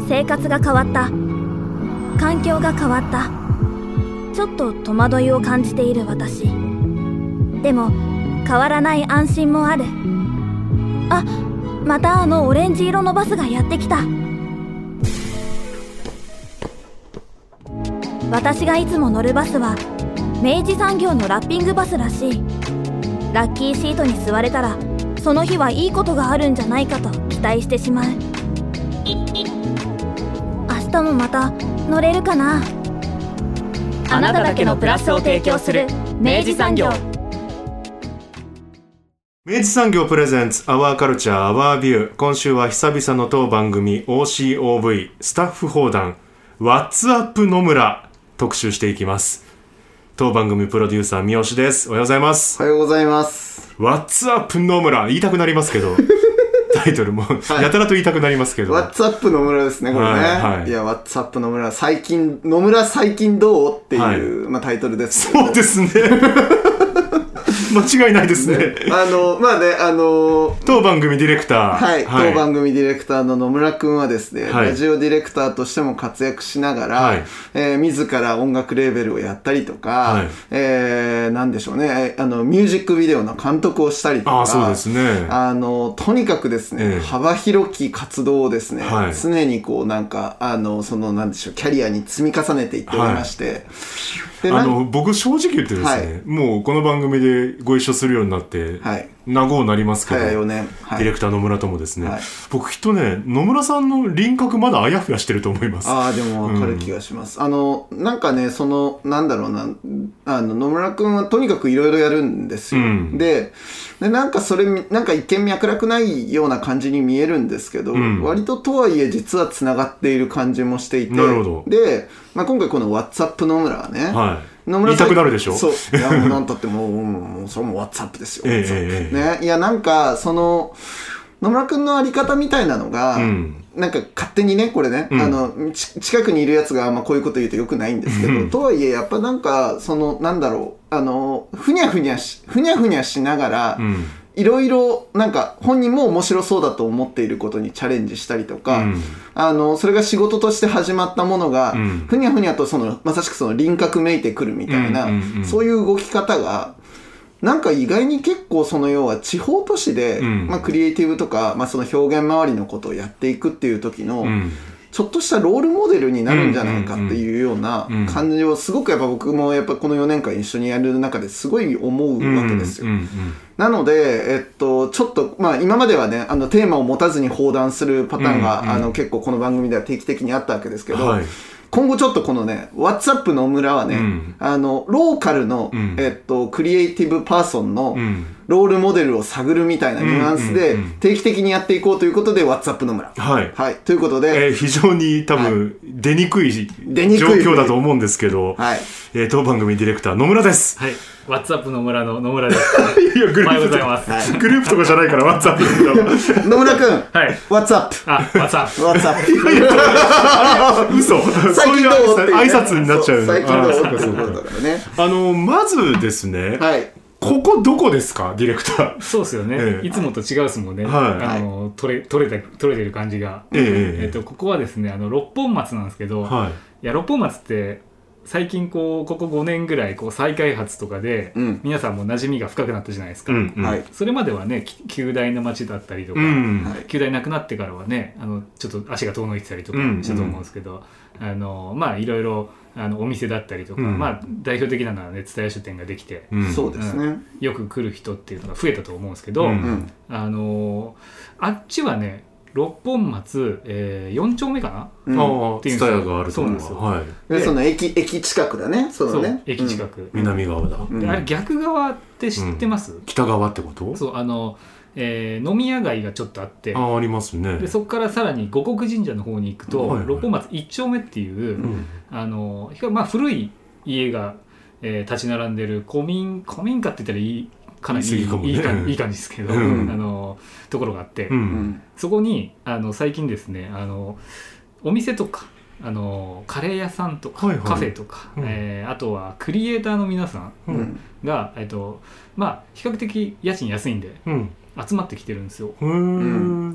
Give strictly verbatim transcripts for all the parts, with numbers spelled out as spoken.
生活が変わった。環境が変わった。ちょっと戸惑いを感じている私。でも変わらない安心もある。あ、またあのオレンジ色のバスがやってきた。私がいつも乗るバスは明治産業のラッピングバスらしい。ラッキーシートに座れたらその日はいいことがあるんじゃないかと期待してしまう。明日もまた乗れるかな。 あなただけのプラスを提供する明治産業。 明治産業プレゼンツアワーカルチャーアワービュー。今週は久々の当番組 オーシーオーブイ スタッフ放談 What's up 野村特集していきます。当番組プロデューサー三好です。おはようございます。 おはようございます。 What's up 野村言いたくなりますけどタイトルも、はい、やたらと言いたくなりますけど What's up 野村ですねこれね、はいはい、いや What's up 野村最近野村最近どうっていう、はい、まあ、タイトルですけど。 そうですね間違いないですね。ね、 あのまあねあの当番組ディレクター、 はい、はい、当番組ディレクターの野村くんはですね、はい、ラジオディレクターとしても活躍しながら、はい、えー、自ら音楽レーベルをやったりとか、はい、えー、なんでしょうね、あのミュージックビデオの監督をしたりとか、 あ、そうですね、 あのとにかくですね、えー、幅広き活動をですね、はい、常にこうなんかあのそのなんでしょうキャリアに積み重ねていっておりまして、はい、 あの僕正直言ってですね、はい、もうこの番組でご一緒するようになって、はい、長うなりますけど、よねん、はい、ディレクター野村ともですね、はい、僕きっとね野村さんの輪郭まだあやふやしてると思います。 ああでも分かる気がします、うん、あのなんかねそのなんだろうなあの野村くんはとにかくいろいろやるんですよ、うん、で, でなんかそれなんか一見脈絡ないような感じに見えるんですけど、うん、割ととはいえ実はつながっている感じもしていて、 なるほど。で、 まあ、今回この What's up 野村はね、はい、 野村言いたくなるでしょ。 そういやもうなんたってもう、もうそれも WhatsApp ですよ、えー、ね、いやなんかその野村くんのあり方みたいなのが、うん、なんか勝手にねこれね、うん、あの近くにいるやつが、まあ、こういうこと言うとよくないんですけど、うん、とはいえやっぱなんかそのなんだろうあのふにゃふにゃしふにゃふにゃしながら、うん、いろいろなんか本人も面白そうだと思っていることにチャレンジしたりとか、うん、あのそれが仕事として始まったものが、うん、ふにゃふにゃとそのまさしくその輪郭めいてくるみたいな、うんうんうん、そういう動き方がなんか意外に結構その要は地方都市で、うん、まあ、クリエイティブとか、まあ、その表現周りのことをやっていくっていう時の、うん、ちょっとしたロールモデルになるんじゃないかっていうような感じをすごくやっぱ僕もやっぱこのよねんかん一緒にやる中ですごい思うわけですよ、うんうんうん、なので、えっと、ちょっと、まあ、今まではねあのテーマを持たずに放談するパターンが、うんうん、あの結構この番組では定期的にあったわけですけど、はい、今後ちょっとこのね WhatsApp 野村はね、うん、あのローカルの、うん、えっと、クリエイティブパーソンのロールモデルを探るみたいなニュアンスで定期的にやっていこうということで WhatsApp 野村、はいはい、ということで、 えー、非常に多分出にくい状況だと思うんですけど、はい、えー、当番組ディレクター野村です。 はい、WhatsApp 野村の野村です。いやグループおはようございます、はい、 グループとかじゃないから WhatsApp 野村くん、はい、WhatsApp あ WhatsApp WhatsApp 嘘最近どうっていう、 挨拶になっちゃう。 最近どうっていうことだからね。 あのまずですね、はい、ここどこですかディレクター。 そうですよね、ええ、いつもと違うですもんね、はい、あの取れ取れた取れてる感じが、えええっと、ここはですねあの六本松なんですけど、はい、いや六本松って最近こうここごねんぐらいこう再開発とかで、うん、皆さんも馴染みが深くなったじゃないですか、うんうん、はい、それまではね旧大の街だったりとか、うん、旧大なくなってからはねあのちょっと足が遠のいてたりとかしたと思うんですけど、うんうん、あのまあいろいろあのお店だったりとか、うん、まあ代表的なのはね蔦屋書店ができて、 うん、そうですね、 うん、よく来る人っていうのが増えたと思うんですけど、うん、あのあっちはね六本松、えー、よん丁目かな、 うん、っていう蔦屋があるところ。 そうなんですよ、はい、 でその 駅, 駅近くだね。そのね、 そう駅近く、 うん、南側だ、 であれ逆側って知ってます、うん、 北側ってこと？ そうあの、えー、飲み屋街がちょっとあって、 あ, ありますね。 でそこからさらに五穀神社の方に行くと、はいはい、六本松いち丁目っていう、うん、あのまあ、古い家が、えー、立ち並んでる古民古民家って言ったらいいかなりい い, い, い, い, い, いい感じですけど、うん、あのところがあって、うん、そこにあの最近ですねあのお店とかあのカレー屋さんとか、はいはい、カフェとか、うん、えー、あとはクリエイターの皆さんが、うん、えっとまあ、比較的家賃安いんで、うん、 集まってきてるんですよ。 うん、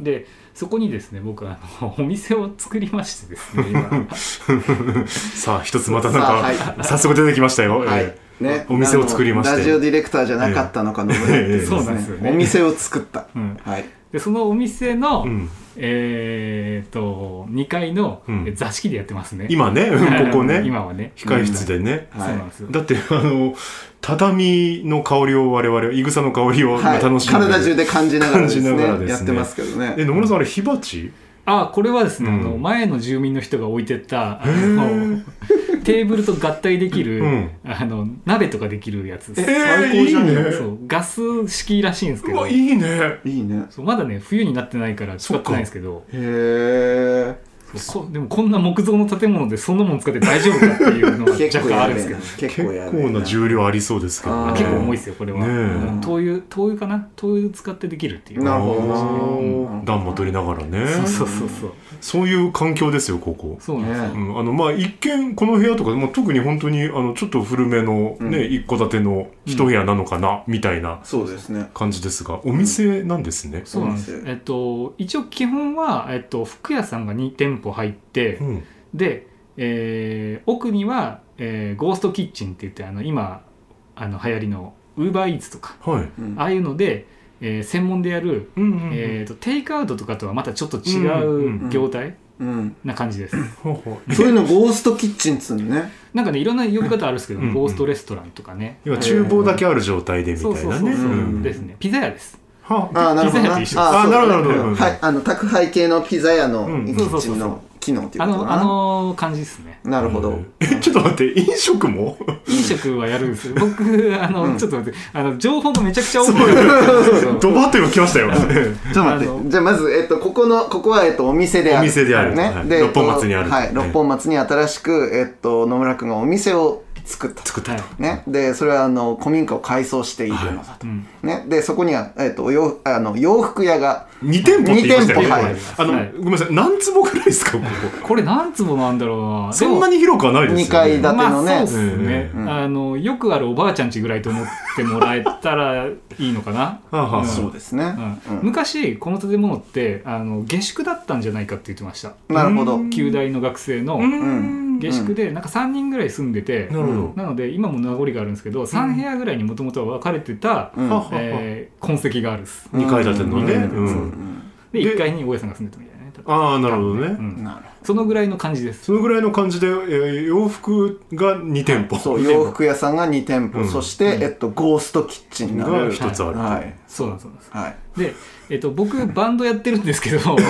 でそこにですね僕あのお店を作りましてですね今さあ一つまたなんか、はい、早速出てきましたよ、はい、 ね、 お店を作りましてラジオディレクターじゃなかったのかのぐらいでそうなんですよね、 お店を作った、 うん、 はい、 でそのお店の、 うん、 えー、とにかいの座敷でやってますね、 うん、今ねここね今はね控室でね、 うん、はい、そうなんですよ。 だってあの畳の香りを我々いぐさの香りを楽しんで、 はい、体中で感じながらですね、 ですねやってますけどね。 え野村さんあれ火鉢？ あこれはですね、うん、あの前の住民の人が置いてったあのテーブルと合体できる、うん、あの鍋とかできるやつです。 えー、最高じゃん。いいね。 そうガス式らしいんですけど、 いいねいいね。 そうまだね冬になってないから使ってないんですけど、 へえ。 でもこんな木造の建物でそんなもの使って大丈夫かっていうのが若干あるんですけど、 結構結構な重量ありそうですけど、ね、 結構重いですよこれは、 ね、 うん、灯油灯油かな灯油使ってできるっていう。 なるほどな、 うん、暖も取りながらね。 そうそうそうそうそういう環境ですよここ。 そうなんですよ、 うん、あのまあ一見この部屋とか、まあ、特に本当にあのちょっと古めの、ねうん、一戸建ての一部屋なのかな、うん、みたいな感じですが、お店なんですね、うん、 そうなんです。えっと一応基本は、えっと、服屋さんがに店舗入って、うん、で、えー、奥には、えー、ゴーストキッチンって言ってあの今あの流行りのウーバーイーツとか、 はい、 ああいうので、えー、専門でやる、うんうんうん、えーと、テイクアウトとかとはまたちょっと違う業態な感じです、うんうんうん、そういうのゴーストキッチンっつうのね。 なんかねいろんな呼び方あるんですけど、うんうん、ゴーストレストランとかね、 要は厨房だけある状態でみたいなね。 ですね。ピザ屋です。 はあ、なるほどな。 ピザ屋と一緒です。 あ、 なるほどなるほど。 はい、あの宅配系のピザ屋のキッチンの機能っていうことかな。 あの、あの感じですね。 なるほど。 え、ちょっと待って、飲食も飲食はやるんですよ。僕、あの、うん、ちょっと待って、あの、情報がめちゃくちゃ多い。 ドバッと今来ましたよ。 ちょっと待って、じゃあまず、えっと、ここの、ここは、えっと、お店である。 お店である。 ね。 はい、で、六本松にある。 はい、六本松に新しく、えっと、野村くんがお店を作った作ったと、 ね、でそれはあの古民家を改装しているのだと、はい、ね、でそこには、えー、と洋あの洋服屋がに店舗って言いましたよね。 はい、 あの、はい、ごめんなさい、何坪ぐらいですかここ。 これ何坪なんだろうな。 そんなに広くはないですよね。 にかい建てのね、 まあ、そうですね、うん、あのよくあるおばあちゃん家ぐらいと思ってもらえたらいいのかな。 うん、そうですね、 うんうん、昔この建物ってあの下宿だったんじゃないかって言ってました。 なるほど。 旧大の学生の下宿でなんかさんにんぐらい住んでて、うん、なので今も名残があるんですけど、さん部屋ぐらいにもともとは分かれてた、うん、えー、痕跡があるです。 にかい建てのね、 うんうん、でいっかいに大家さんが住んでたみたいなね。 ああ、なるほどね、 うん、そのぐらいの感じです。 そのぐらいの感じで、えー、洋服がに店舗、 そう洋服屋さんがに店舗、うん、そして、うん、えっと、ゴーストキッチンがひとつある、 はいはい、そうなんです、そうなんです、 はい、 で、えっと、僕バンドやってるんですけどはい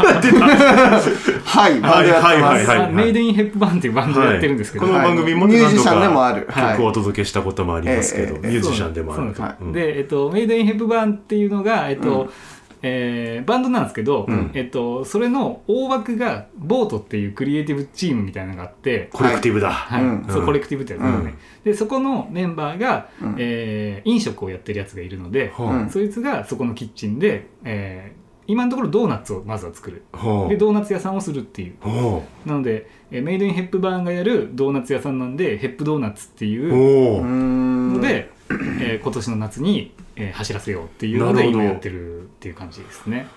バンドやってます。 メイドインヘップバーンっていうバンドやってるんですけど、 はい、この番組もミュージシャンでもある曲をお届けしたこともありますけど、はい、ミュージシャンでもある。 で、えっと、メイドインヘップバーンっていうのが、えっと、うんえー、バンドなんですけど、うんえっと、それの大枠がボートっていうクリエイティブチームみたいなのがあって、 コレクティブだ、 はいはいうん、そうコレクティブってやつですね、うん、でそこのメンバーが、うんえー、飲食をやってるやつがいるので、うん、そいつがそこのキッチンで、えー、今のところドーナツをまずは作る、うん、でドーナツ屋さんをするっていう、うん、なので、えー、メイドインヘップバーンがやるドーナツ屋さんなんでヘップドーナツっていうので、えー、今年の夏にえー、走らせようっていうので今やってるっていう感じですね。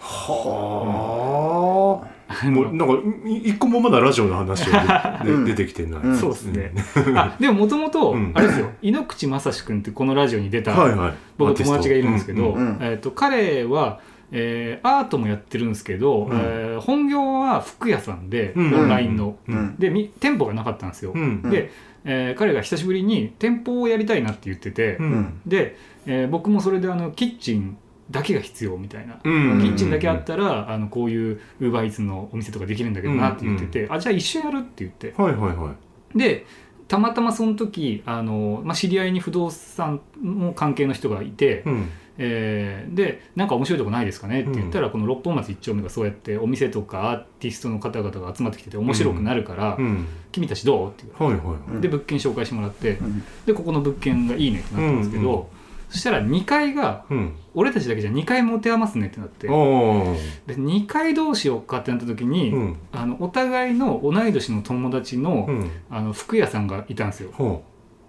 はあ、うん、もうなんか一個もまだラジオの話がで、うん、出てきてない、 うん、そうですねあでももともとあれですよ、井ノ口正史君ってこのラジオに出た、はいはい、僕友達がいるんですけど、うんうんえー、と彼は、えー、アートもやってるんですけど、うんえー、本業は服屋さんで、うん、オンラインの、うん、で店舗がなかったんですよ、うん、で、えー、彼が久しぶりに店舗をやりたいなって言ってて、うん、でえー、僕もそれであのキッチンだけが必要みたいな、うんうんうんうん、キッチンだけあったらあのこういうウーバーイーツのお店とかできるんだけどなって言ってて、うんうん、あじゃあ一緒やるって言って、 はいはいはい、 でたまたまその時あの、まあ、知り合いに不動産の関係の人がいて、うんえー、でなんか面白いとこないですかねって言ったら、うん、この六本松一丁目がそうやってお店とかアーティストの方々が集まってきてて面白くなるから、うん、君たちどうって言われて、はいはいはい、で物件紹介してもらって、うん、でここの物件がいいねってなったんですけど、うんうんそしたらにかいが、うん、俺たちだけじゃにかい持て余すねってなってでにかいどうしようかってなった時に、うん、あのお互いの同い年の友達の、うん、あの服屋さんがいたんですよ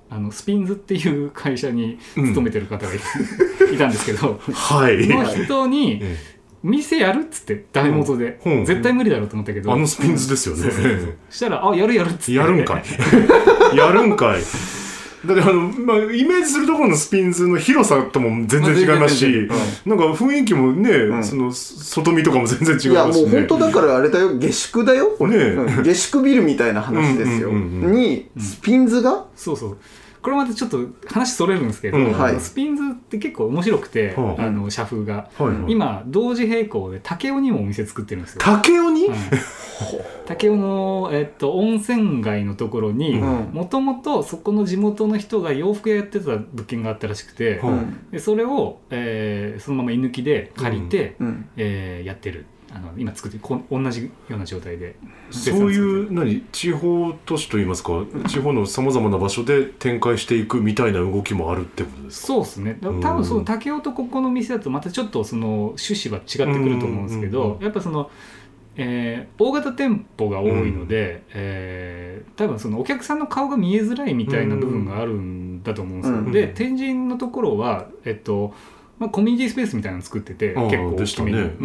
あのスピンズっていう会社に勤めてる方がい,、うん、いたんですけど、 はい、 その人に店やるっつってダメ元で、うん、絶対無理だろうと思ったけど、 あのスピンズですよね。そうそうそう、 したらあやるやるっつってやるんかいやるんかいだってあの、まあ、イメージするところのスピンズの広さとも全然違いますし、うん、なんか雰囲気もね、うん、その外見とかも全然違いますし、ね、いやもう本当だからあれだよ、下宿だよこれ、ね、うん、下宿ビルみたいな話ですよ、うんうんうんうん、にスピンズが、 そうそう、これまたちょっと話それるんですけど、うん、はい、スピンズって結構面白くて、うん、あの社風が、はいはい、今同時並行で武雄にもお店作ってるんですよ。 武雄に、うん、 武雄の、えっと、温泉街のところにもともとそこの地元の人が洋服屋やってた物件があったらしくて、うん、でそれを、えー、そのまま居抜きで借りて、うん、えー、やってる、あの今作ってこ同じような状態で、 そういう何地方都市といいますか、地方のさまざまな場所で展開していくみたいな動きもあるってことですか。 そうですね、多分その武雄とここの店だとまたちょっとその趣旨は違ってくると思うんですけど、うんうんうんうん、やっぱその、えー、大型店舗が多いので、うん、えー、多分そのお客さんの顔が見えづらいみたいな部分があるんだと思うんですよ、うんうん、で天神のところはえっとまあ、コミュニティスペースみたいなの作ってて、結構大きめに、ね、うん、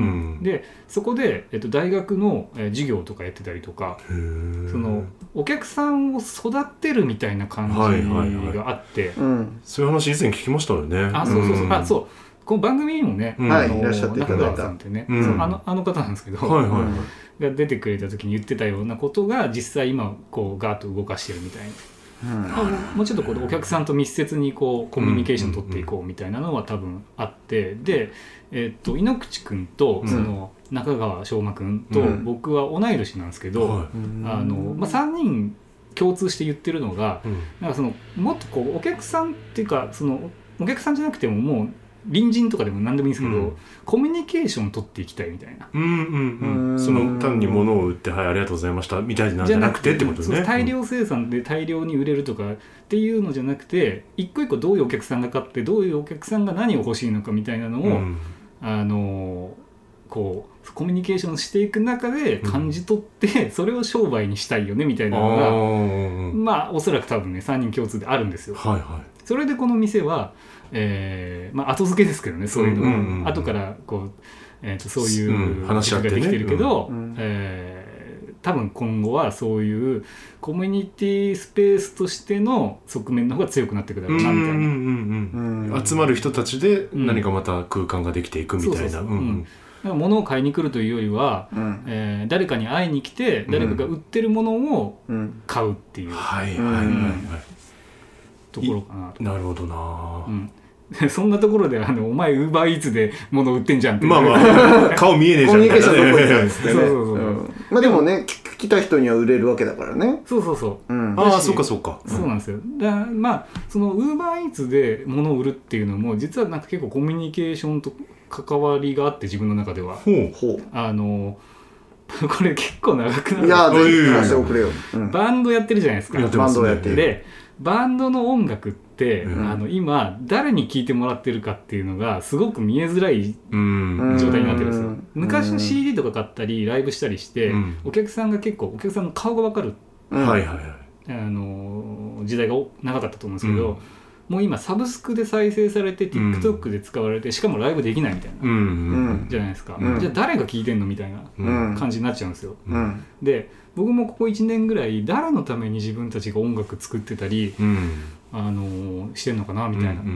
でそこで、えっと、大学の、えー、授業とかやってたりとか、そのお客さんを育てるみたいな感じがあって、はいはいはい、 うん、そういう話以前聞きましたよね。 あ、そうそうそう、うん、あ、そうこの番組にもね、 うん、あの、はい、いらっしゃっていただいた中川さんってね、うん、あの、あの方なんですけど、はいはいはい、が出てくれた時に言ってたようなことが実際今こうガーッと動かしてるみたいな。うん、もうちょっとこうお客さんと密接にこうコミュニケーションを取っていこうみたいなのは多分あって、で、えー、と井ノ口くんとその中川翔馬くんと僕は同い年なんですけど、うん、あのまあ、さんにん共通して言ってるのが、うん、なんかそのもっとこうお客さんっていうかそのお客さんじゃなくてももう隣人とかでも何でもいいんですけど、うん、コミュニケーションを取っていきたいみたいな、 うんうんうん、その単に物を売ってはいありがとうございましたみたいなんじゃなくてってことですね。 大量生産で大量に売れるとかっていうのじゃなくて、一個一個どういうお客さんが買ってどういうお客さんが何を欲しいのかみたいなのを、うん、あのこうコミュニケーションしていく中で感じ取って、うん、それを商売にしたいよねみたいなのが、まあおそらく多分ねさんにん共通であるんですよ、はいはい、それでこの店はえーまあ、後付けですけどね、そういうの、うんうんうん、後からこう、えー、とそういう話ができてるけど、うん、えー、多分今後はそういうコミュニティスペースとしての側面の方が強くなっていくだろうなみたいな、うんうんうん、集まる人たちで何かまた空間ができていくみたいな、 物を買いに来るというよりは、うん、えー、誰かに会いに来て誰かが売ってるものを買うっていう、うん、はいはいはい、はい、ところかなと。 なるほどな、うん、 そんなところであのお前ウーバーイーツで物売ってんじゃんってまあまあ顔見えねえじゃんみたいな、ね、 そうそうそう、うん、まあでもね来た人には売れるわけだからね。 そうそうそう、 うん、ああそうかそうか、 そうなんですよ。だまあそのウーバーイーツで物を売るっていうのも実はなんか結構コミュニケーションと関わりがあって、自分の中ではほうほう、あのこれ結構長くなる。 いやぜひ聞かせておくれよ、 うん、バンドやってるじゃないですか。 やってますね、バンドやってる。 でバンドの音楽って、うん、あの今誰に聴いてもらってるかっていうのがすごく見えづらい状態になってるんですよ。昔の シーディー とか買ったりライブしたりして、うん、お客さんが結構お客さんの顔が分かる、うん、はいはいはい、あの時代が長かったと思うんですけど、うん、もう今サブスクで再生されて TikTok で使われて、しかもライブできないみたいな、うん、じゃないですか、うん、じゃあ誰が聴いてんのみたいな感じになっちゃうんですよ、うん、で僕もここいちねんぐらい誰のために自分たちが音楽作ってたり、うん、あのしてんのかなみたいな、うんうんうん、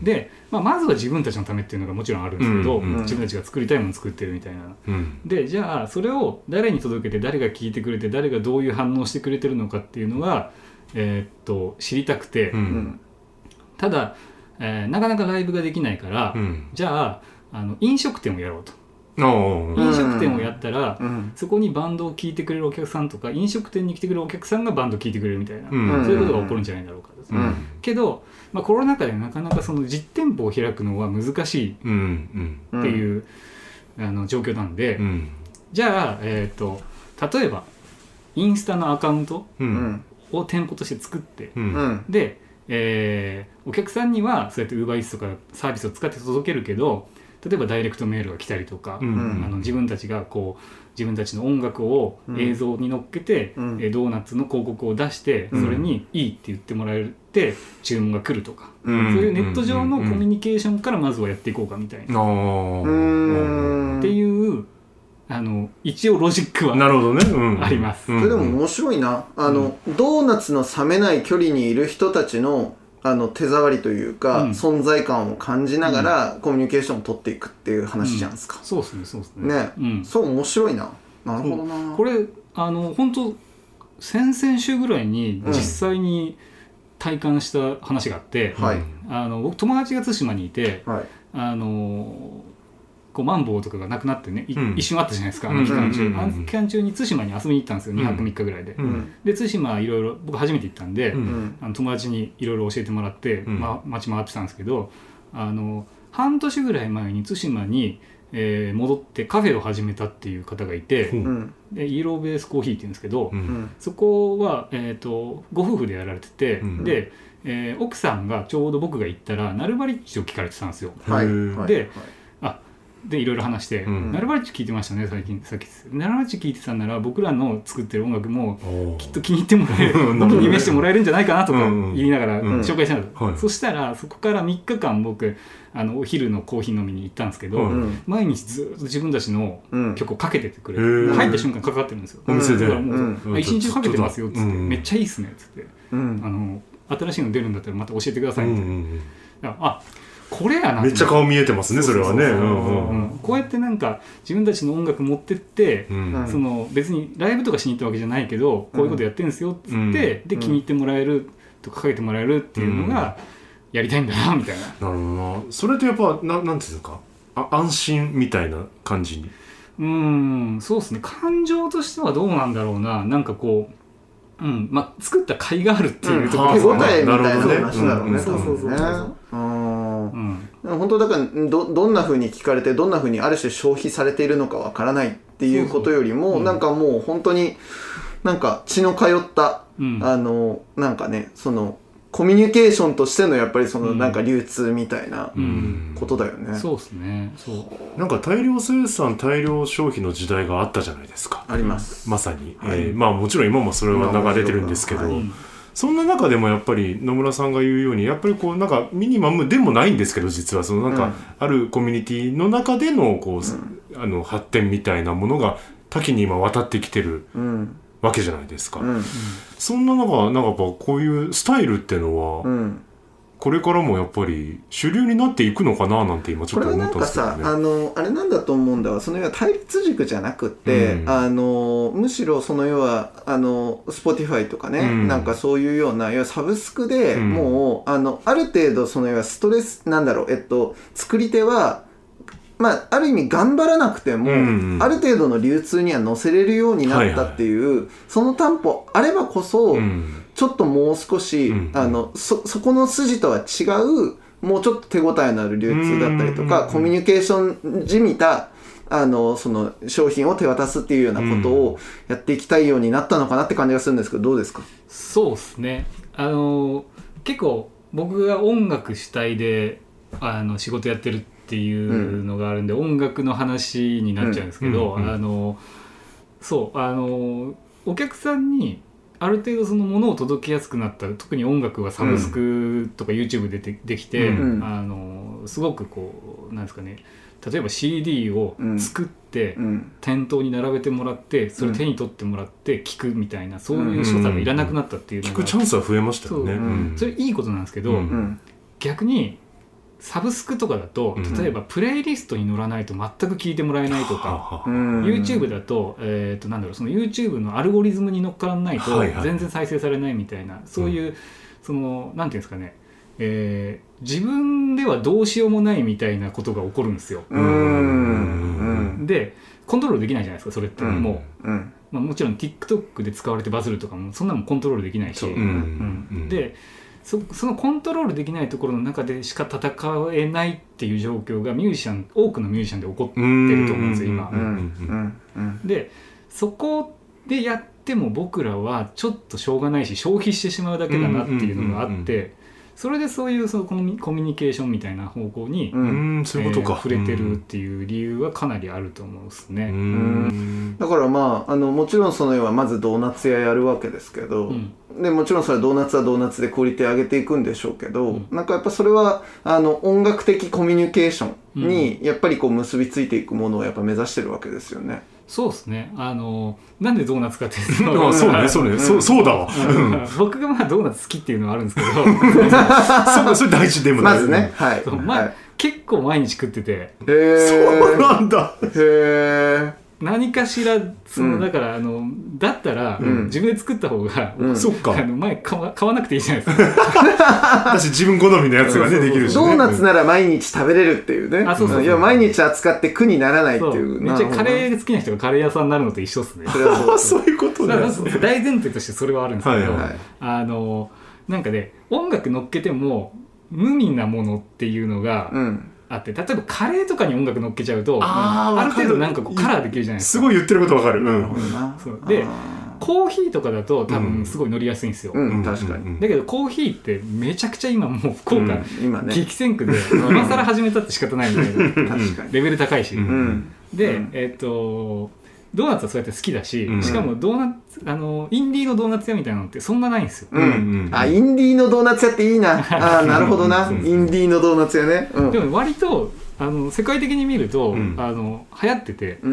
で、まあ、まずは自分たちのためっていうのがもちろんあるんですけど、うんうん、自分たちが作りたいもの作ってるみたいな、うん、でじゃあそれを誰に届けて誰が聴いてくれて誰がどういう反応してくれてるのかっていうのが、えー、っと知りたくて、うん、ただ、えー、なかなかライブができないから、うん、じゃあ、あの飲食店をやろうと。飲食店をやったら、うん、そこにバンドを聴いてくれるお客さんとか飲食店に来てくれるお客さんがバンドを聴いてくれるみたいな、うん、そういうことが起こるんじゃないだろうかと、うん、けど、まあ、コロナ禍でなかなかその実店舗を開くのは難しいっていう、うん、あの状況なんで、うん、じゃあ、えーと、例えばインスタのアカウントを店舗として作って、うん、で、えー、お客さんにはそうやって Uber Eats とかサービスを使って届けるけど、 例えばダイレクトメールが来たりとか、 うん、 あの自分たちがこう自分たちの音楽を映像に乗っけて、うん、えドーナツの広告を出して、うん、それにいいって言ってもらえて注文が来るとか、うん、そういうネット上のコミュニケーションからまずはやっていこうかみたいな、うん、っていうあの一応ロジックはなるほどね、うん、 あります。 それでも面白いな。あの、うん、ドーナツの冷めない距離にいる人たちのあの手触りというか、うん、存在感を感じながら、うん、コミュニケーションを取っていくっていう話じゃないですか、 うん、そうですねそうですねね、うん、そう面白いな。なるほどな。 これあの本当先々週ぐらいに実際に体感した話があって、うん、あの僕友達が対馬にいて、はい、あのこうマンボウとかがなくなってね、うん、一瞬あったじゃないですか、あの期間中、うんうんうん、あの期間中に対馬に遊びに行ったんですよ、にはくみっかぐらいで、うん、で対馬いろいろ僕初めて行ったんで、うん、あの友達にいろいろ教えてもらって、うんま、街回ってたんですけど、あの半年ぐらい前に対馬に、えー、戻ってカフェを始めたっていう方がいて、うん、でイエローベースコーヒーっていうんですけど、うん、そこは、えーと、ご夫婦でやられてて、うん、で、えー、奥さんがちょうど僕が行ったらナルバリッチを聞かれてたんですよ、はい、で、はいあでいろいろ話して、うん、ナルバリッチ聞いてましたね最近。さっきナルバリッチ聞いてたんなら僕らの作ってる音楽もきっと気に入ってもらえるお気に召してもらえるんじゃないかなとか言いながら紹介したんです、うんうん、そしたらそこからみっかかん僕あのお昼のコーヒー飲みに行ったんですけど、うん、毎日ずっと自分たちの曲をかけててくれて、うん、入った瞬間かかってるんですよ、 お店で。 だからもう、うん、一日かけてますよっつって、うん、めっちゃいいっすねっつって、うん、あの新しいの出るんだったらまた教えてくださいみたいな、うんうんうん、あこれやな。 めっちゃ顔見えてますねそれはね。 こうやってなんか自分たちの音楽持ってって、うん、その別にライブとかしに行ったわけじゃないけど、こういうことやってるんですよっつって、うん、で気に入ってもらえるとかかけてもらえるっていうのがやりたいんだなみたいな、 うん、なるほどな。それってやっぱななんていうかあ安心みたいな感じに。 うーんそうですね。感情としてはどうなんだろうな。なんかこう、うんまあ、作った甲斐があるっていうところですね。手応えみたいな話だろうね。 そうそうそうそう。 うん、本当だから ど, どんな風に聞かれてどんな風にある種消費されているのかわからないっていうことよりもそうそう、うん、なんかもう本当になんか血の通った、うん、あのなんかねそのコミュニケーションとしてのやっぱりそのなんか流通みたいなことだよね、 うんうん、そうですね。そうなんか大量生産大量消費の時代があったじゃないですか。 あります。 まさに、はいえー、まあもちろん今もそれは流れてるんですけど、そんな中でもやっぱり野村さんが言うようにやっぱりこうなんかミニマムでもないんですけど実はそのなんかあるコミュニティの中でのこう、うん、あの発展みたいなものが多岐に今渡ってきてるわけじゃないですか、うんうん、そんな中なんかやっぱこういうスタイルっていうのは、うんこれからもやっぱり主流になっていくのかななんて今ちょっと思ったんですけどね。 これはなんかさ、あのあれなんだと思うんだわ。その要は対立軸じゃなくって、うん、あのむしろその要はあの Spotify とかね、うん、なんかそういうような要はサブスクでもう、うん、あのある程度その要はストレスなんだろうえっと作り手はまあ、ある意味頑張らなくても、うんうん、ある程度の流通には乗せれるようになったっていう、はいはい、その担保あればこそ、うん、ちょっともう少し、うん、あの そ, そこの筋とは違うもうちょっと手応えのある流通だったりとか、うん、コミュニケーションじみたあのその商品を手渡すっていうようなことをやっていきたいようになったのかなって感じがするんですけどどうですか？ そうですね。あの結構僕が音楽主体であの仕事やってるっていうのがあるんで、うん、音楽の話になっちゃうんですけど、うんうんうん、あのそうあのお客さんにある程度そのものを届けやすくなった特に音楽がサブスクとか YouTube で で, できて、うん、あのすごくこうなんですかね例えば シーディー を作って、うん、店頭に並べてもらってそれ手に取ってもらって聴くみたいな、うん、そういう所作がいらなくなったっていうのが、 聴くチャンスは増えましたよね。 そ, う、うん、それいいことなんですけど、うん、逆にサブスクとかだと例えばプレイリストに乗らないと全く聴いてもらえないとか、うん、YouTube だと、えー、となんだろうその YouTube のアルゴリズムに乗っからないと全然再生されないみたいな、はいはい、そういう、うん、そのなんていうんですかね、えー、自分ではどうしようもないみたいなことが起こるんですよ。うんでコントロールできないじゃないですかそれって、うん、もう、うんまあ、もちろん TikTok で使われてバズるとかもそんなのコントロールできないし、うんうん、でそ, そのコントロールできないところの中でしか戦えないっていう状況がミュージシャン多くのミュージシャンで起こってると思うんですよ今、うんうんうん、でそこでやっても僕らはちょっとしょうがないし消費してしまうだけだなっていうのがあって、 それでそういうそのコミュニケーションみたいな方向に、 うん、そういうことか、 えー、触れてるっていう理由はかなりあると思うんですね。 うん、だからまあ、あのもちろんその要はまずドーナツ屋やるわけですけど、うん、でもちろんそれはドーナツはドーナツでクオリティ上げていくんでしょうけど、うん、なんかやっぱそれはあの音楽的コミュニケーションにやっぱりこう結びついていくものをやっぱ目指してるわけですよね。 そうですね。あのなんでドーナツかっていうのはそうねそうね、うん、そ, そうだわ、うん、 僕がまあドーナツ好きっていうのはあるんですけどそうそれ大事でもないまずね、はい、 まあ、 はい、 結構毎日食ってて、へー、そうなんだ、 へー、 何かしらその、うん、だからあのだったら、うん、自分で作った方が、 うん、そっか、 あの前買わ、買わなくていいじゃないですか私自分好みのやつがねできるしね。 ドーナツなら毎日食べれるっていうね。あ、そうそうそう、いや毎日扱って苦にならないっていう。 めっちゃカレー好きな人がカレー屋さんになるのと一緒っすね。 そうそういうことね。 大前提としてそれはあるんですけど、 はいはい、 あのなんかね音楽乗っけても無味なものっていうのが、うん、あって、例えばカレーとかに音楽乗っけちゃうと あ, ある程度なんかこうカラーできるじゃないですか。 すごい言ってることわかる、うん、 そうでコーヒーとかだと多分すごい乗りやすいんですよ、 うんうん、確かに。 だけどコーヒーってめちゃくちゃ今もう福岡、うん、今ね激戦区で今更始めたって仕方ないみたいな確かにレベル高いし、うん、で、うん、えっ、ー、とドーナツはそうやって好きだし、うん、しかもドーナツあのインディーのドーナツ屋みたいなのってそんなないんですよ、 うんうん、あインディーのドーナツ屋っていいなあなるほどなインディーのドーナツ屋ね、うん、 でも割とあの世界的に見ると、うん、あの流行ってて、うん、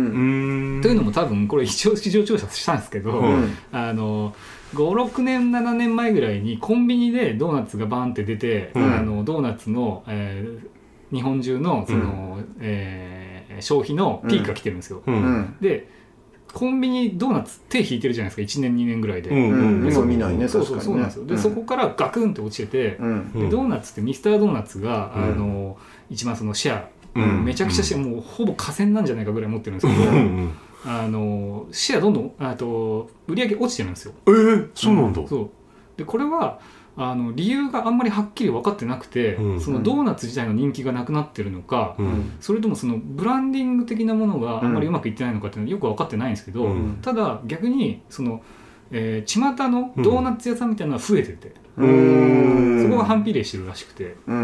というのも多分これ一応市場調査したんですけど、うん、あのごろくねんななねんまえぐらいにコンビニでドーナツがバーンって出て、うん、あのドーナツの、えー、日本中のその、うんえー、消費のピークが来てるんですよ、うん、でコンビニドーナツ手引いてるじゃないですかいちねんにねんぐらいで、うんうん、今見ないねそうそうそうなんですよで、うん、そこからガクンって落ちてて、うん、でドーナツってミスタードーナツが、うん、あの一番そのシェア、うん、めちゃくちゃシェア、うん、もうほぼ河川なんじゃないかぐらい持ってるんですけど、うん、あのシェアどんどんあと売り上げ落ちてるんですよ。 えー、そうなんだ、 うん、そうでこれはあの理由があんまりはっきり分かってなくて、うん、そのドーナツ自体の人気がなくなってるのか、うん、それともそのブランディング的なものがあんまりうまくいってないのかっていうのはよく分かってないんですけど、うん、ただ逆にその、えー、巷のドーナツ屋さんみたいなのが増えてて、うん、そこが反比例してるらしくて、うん、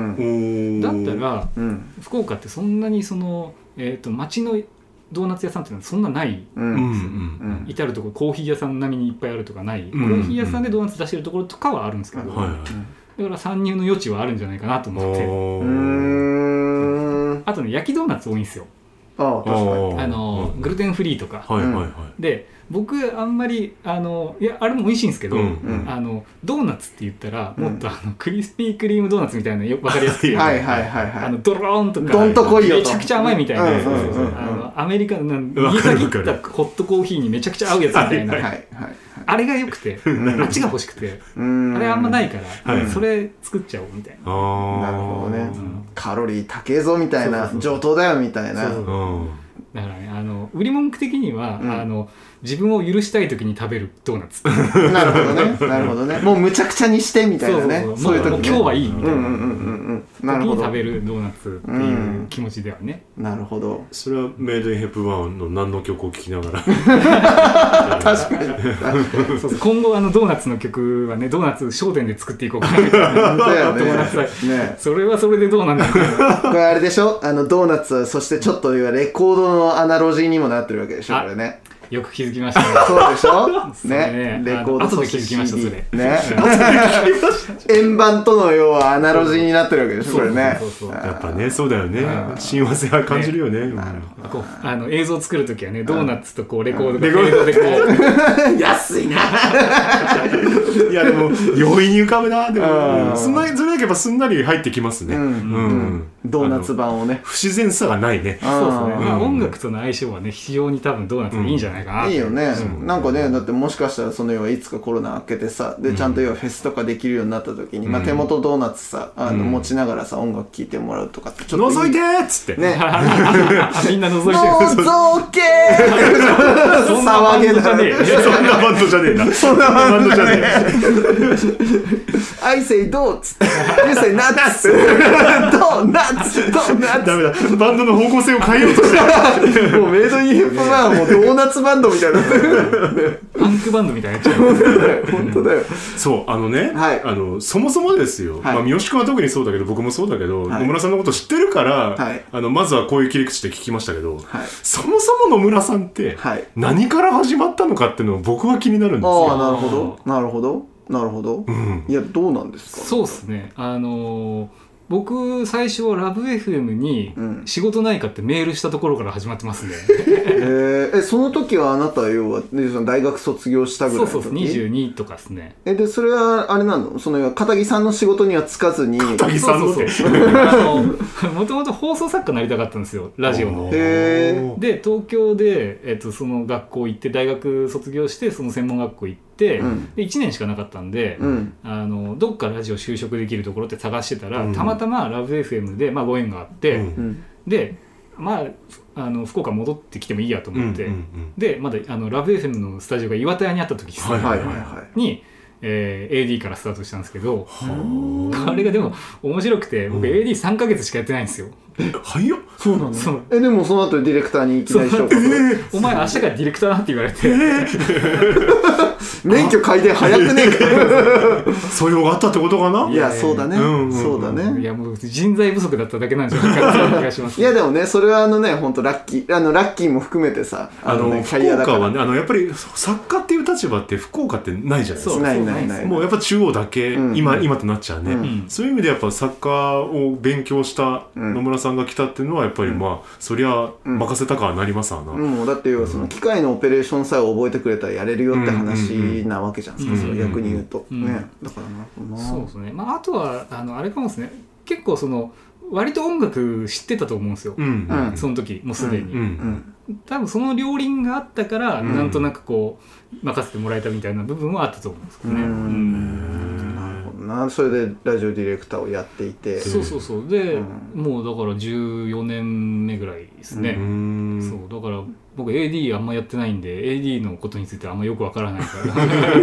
だったら、うん、福岡ってそんなにその、えーと、街のドーナツ屋さんっていうのはそんなないんですよ、うんうん、至るところコーヒー屋さん並みにいっぱいあるとかない、うん、コーヒー屋さんでドーナツ出してるところとかはあるんですけど、うん、だから参入の余地はあるんじゃないかなと思って、うん、あとね焼きドーナツ多いんですよ。 ああ確かにあのグルテンフリーとか、 はいはいはい、 で僕あんまりあのいやあれも美味しいんですけど、うんうん、あのドーナツって言ったらもっとあのクリスピークリームドーナツみたいなよく分かりやすくてはいはいはいはいあのドローンとかドンと来いよとめちゃくちゃ甘いみたいな、うんうんうん、あのアメリカの煮たぎったホットコーヒーにめちゃくちゃ合うやつみたいな、はいはいはい、あれが良くてあっちが欲しくてあれあんまないから、はい、それ作っちゃおうみたいな。 なるほどね、うん、カロリー高えぞみたいな上等だよみたいな。そうそうそうだからねあの売り文句的には、うん、あの自分を許したい時に食べるドーナツなるほどねなるほどねもうむちゃくちゃにしてみたいなねそういう時、ね、もう今日はいいみたいな、うんうんうんうん、なるほど時に食べるドーナツっていう気持ちではね、 うん、なるほど。 それはメイドインヘップバーンの何の曲を聴きながら確かにそうそう今後あのドーナツの曲はねドーナツ商店で作っていこうかなみたいな本当やねねそれはそれでどうなんだろうこれあれでしょあのドーナツそしてちょっとレコードのアナロジーにもなってるわけでしょこれね。 よく気づきましたね。 そうでしょね。レコード後で気づきましたそれ。 ね。円盤との要はアナロジーになってるわけでしょこれね。 やっぱねそうだよね。親和性は感じるよね。 こうあの映像作るときはねドーナツとこうレコードが映像でこう安いな。 いやでも容易に浮かぶなでもそんなそれだけやっぱすんなり入ってきますね。 ドーナツ版をね不自然さがないね。 そうですね。まあ音楽との相性はね非常に多分ドーナツいいんじゃないかな。 いいよね。なんかねだってもしかしたらその要はいつかコロナ明けてさでちゃんと要はフェスとかできるようになった時にまあ手元ドーナツさあの持ちながらさ音楽聴いてもらうとかってちょっと覗いてーっつってねみんな覗いてる覗けーそんなバンドじゃねえそんなバンドじゃねえなそんなバンドじゃね I say どうっつって You say nuts どう nuts どう nuts ダメだ、バンドの方向性を変えようとしてもうメイドインエフワンはもうドーナツバンドみたいなパンクバンドみたいになっちゃう。 本当だよ。 そうあのね、はい、あのそもそもですよ、はい、まあ、三好君は特にそうだけど僕もそうだけど、はい、野村さんのこと知ってるから、はい、あのまずはこういう切り口で聞きましたけど、はい、そもそも野村さんって何から始まったのかっていうのを僕は気になるんですよ。 ああ、なるほどなるほどなるほど、うん、いやどうなんですか。 そうですね、あのー僕最初はラブ エフエム に仕事ないかってメールしたところから始まってますね、うんえー、えその時はあなたは要は大学卒業したぐらいの時。 そうそうそうにじゅうにとかですね。 えでそれはあれなの、その片木さんの仕事には就かずに片木さんのってもともと放送作家になりたかったんですよ、ラジオの。へで東京で、えっと、その学校行って大学卒業してその専門学校行って、うん、でいちねんしかなかったんで、うん、あのどっかラジオ就職できるところって探してたら、うん、たまたまラブ エフエム で、まあ、ご縁があって、うん、でまああの福岡戻ってきてもいいやと思って、うんうんうん、でまだあのラブ エフエム のスタジオが岩田屋にあった時ですね、はいはいはいはい、に、えー、エーディー からスタートしたんですけど、あれがでも面白くて僕 エーディーさん ヶ月しかやってないんですよ。 え、はいよ。 そうなの。そう。え、でもその後ディレクターにいきなり紹介、えー、お前明日からディレクターだって言われて、えー、免許改伝早くねえか素養があったってことかな。 いや、そうだね、うんうん、そうだね。 いやもう人材不足だっただけなんじゃないかな気がします、 ね、いやでもね、それはあのね、本当ラッキー、あのラッキーも含めてさ、 あの、ね、福岡はね、あのやっぱり作家っていう立場って福岡ってないじゃないですか。 ないないない。 もうやっぱ中央だけ、うん、今今となっちゃうね、うん、そういう意味でやっぱ作家を勉強した野村さんが来たっていうのはやっぱりまあ、うん、そりゃ任せたかはなりますわな、 うんうん、だってその機械のオペレーションさえ覚えてくれたらやれるよって話なわけじゃないですか、それ逆に言うと、うんうん、ね、だからな、 そうですね、まあ、あとはあのあれかもですね、結構その割と音楽知ってたと思うんですよ、うんうん、その時もうすでに、うんうんうん、多分その両輪があったから、うん、なんとなくこう任せてもらえたみたいな部分はあったと思うんですけどね。うん、うん、 なるほどな。それでラジオディレクターをやっていて、 そうそうそうで、うん、もうだからじゅうよねんめぐらいですね、うん、そうだから僕 エーディー あんまやってないんで エーディー のことについてあんまよくわからないから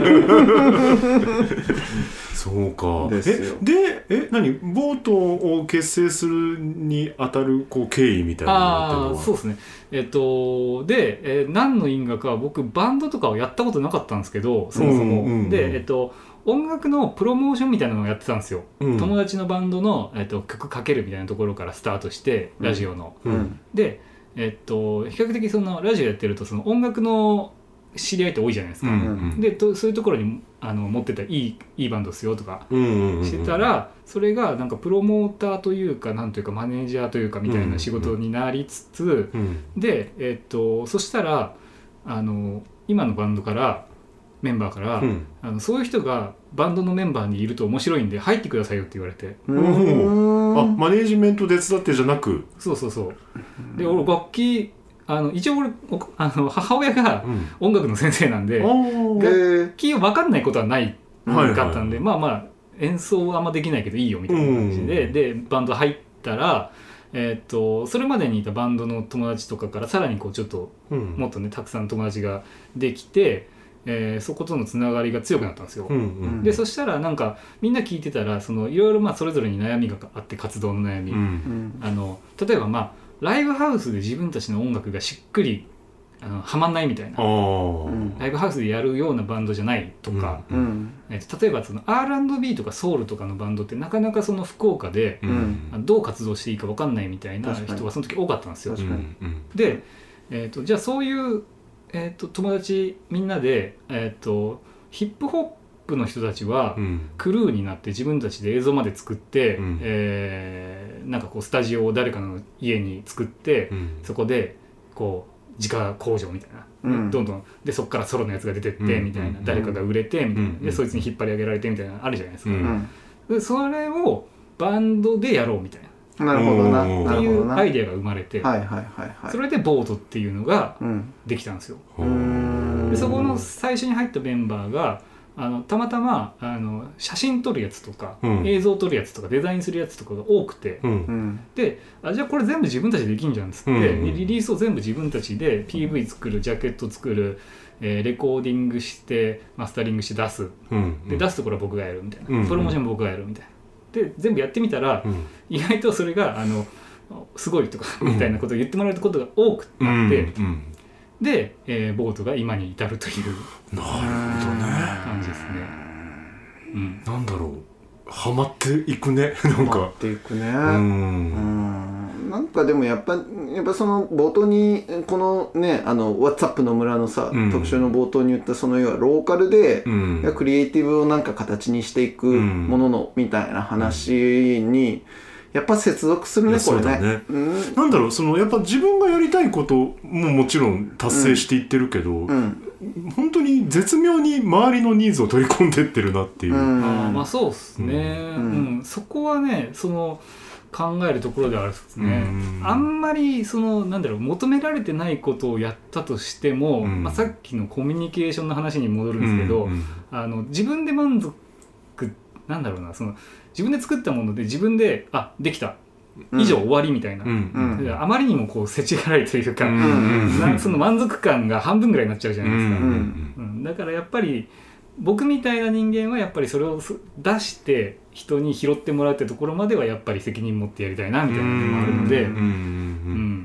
そうか。ですよ。えでえ何ボートを結成するにあたるこう経緯みたいなのは。 ああそうですね。えっとで、えー、何の因果かは僕バンドとかをやったことなかったんですけど、そもそも、うんうんうん、でえっと音楽のプロモーションみたいなのをやってたんですよ、うん、友達のバンドの、えっと、曲かけるみたいなところからスタートしてラジオの、うん、で、えっと、比較的そのラジオやってるとその音楽の知り合いって多いじゃないですか、うんうん、でとそういうところにあの持ってたいい、いいバンドですよとかしてたら、それがなんかプロモーターというかなんというかマネージャーというかみたいな仕事になりつつ、うんうん、で、えっと、そしたらあの今のバンドからメンバーから、うん、あのそういう人がバンドのメンバーにいると面白いんで入ってくださいよって言われて、 うん、あマネージメント手伝ってじゃなく、 そうそうそうで俺楽器あの一応俺あの母親が音楽の先生なんで、うん、楽器を分かんないことはないかったんで、はいはい、まあまあ演奏はあんまできないけどいいよみたいな感じで、うん、でバンド入ったらえー、っとそれまでにいたバンドの友達とかからさらにこうちょっと、うん、もっとねたくさん友達ができて、えー、そことのつながりが強くなったんですよ、うんうん、でそしたらなんかみんな聞いてたらそのいろいろまあそれぞれに悩みがあって活動の悩み、うん、あの例えばまあライブハウスで自分たちの音楽がしっくりあのはまんないみたいな、ライブハウスでやるようなバンドじゃないとか、うん、えー、と例えばその アールアンドビー とかソウルとかのバンドってなかなかその福岡で、うん、どう活動していいか分かんないみたいな人がその時多かったんですよ。で、えー、とじゃあそういう、えー、と友達みんなで、えー、とヒップホップの人たちはクルーになって自分たちで映像まで作って、うん、えー、なんかこうスタジオを誰かの家に作って、うん、そこでこう自家工場みたいな、うん、どんどんでそこからソロのやつが出てってみたいな、うん、誰かが売れてみたいな、うん、でそいつに引っ張り上げられてみたいなのあるじゃないですか、うん、でそれをバンドでやろうみたいな、 なるほどなっていうアイデアが生まれて、 はいはいはいはい、 それでボートっていうのができたんですよ、うん、でそこの最初に入ったメンバーがあのたまたまあの写真撮るやつとか、うん、映像撮るやつとかデザインするやつとかが多くて、うん、であじゃあこれ全部自分たちでできんじゃんっつって、うん、リリースを全部自分たちで ピーブイ 作る、ジャケット作る、 えー、レコーディングしてマスタリングして出す、うんうん、で出すところは僕がやるみたいな、うんうん、プロモーションも僕がやるみたいなで全部やってみたら、うん、意外とそれがあのすごいとかみたいなことを言ってもらえることが多くなって、うんうん、で、えー、ボートが今に至るというなるほどね感じですね、 うん、なんだろうハマっていくねなんかハマっていくねうんうんなんかでもやっぱやっぱその冒頭にこのねあの WhatsApp の村のさ、うん、特集の冒頭に言ったその要はローカルで、うん、クリエイティブをなんか形にしていくものの、うん、みたいな話に、やっぱ接続するねこれね。ねうん、なんだろうそのやっぱ自分がやりたいことももちろん達成していってるけど、うんうん、本当に絶妙に周りのニーズを取り込んでってるなっていう。うん、 あまあそうですね、うんうん。そこはねその考えるところではあるんですね。うんあんまりそのなんだろう求められてないことをやったとしても、うんまあ、さっきのコミュニケーションの話に戻るんですけど、うんうん、あの自分で満足なんだろうなその自分で作ったもので自分であできた以上終わりみたいな、うんうん、あまりにもこう世知辛いというか、うんうん、その満足感が半分ぐらいになっちゃうじゃないですか、うんうんうん、だからやっぱり僕みたいな人間はやっぱりそれを出して人に拾ってもらうってところまではやっぱり責任持ってやりたいなみたいなのもあるので、うんうん、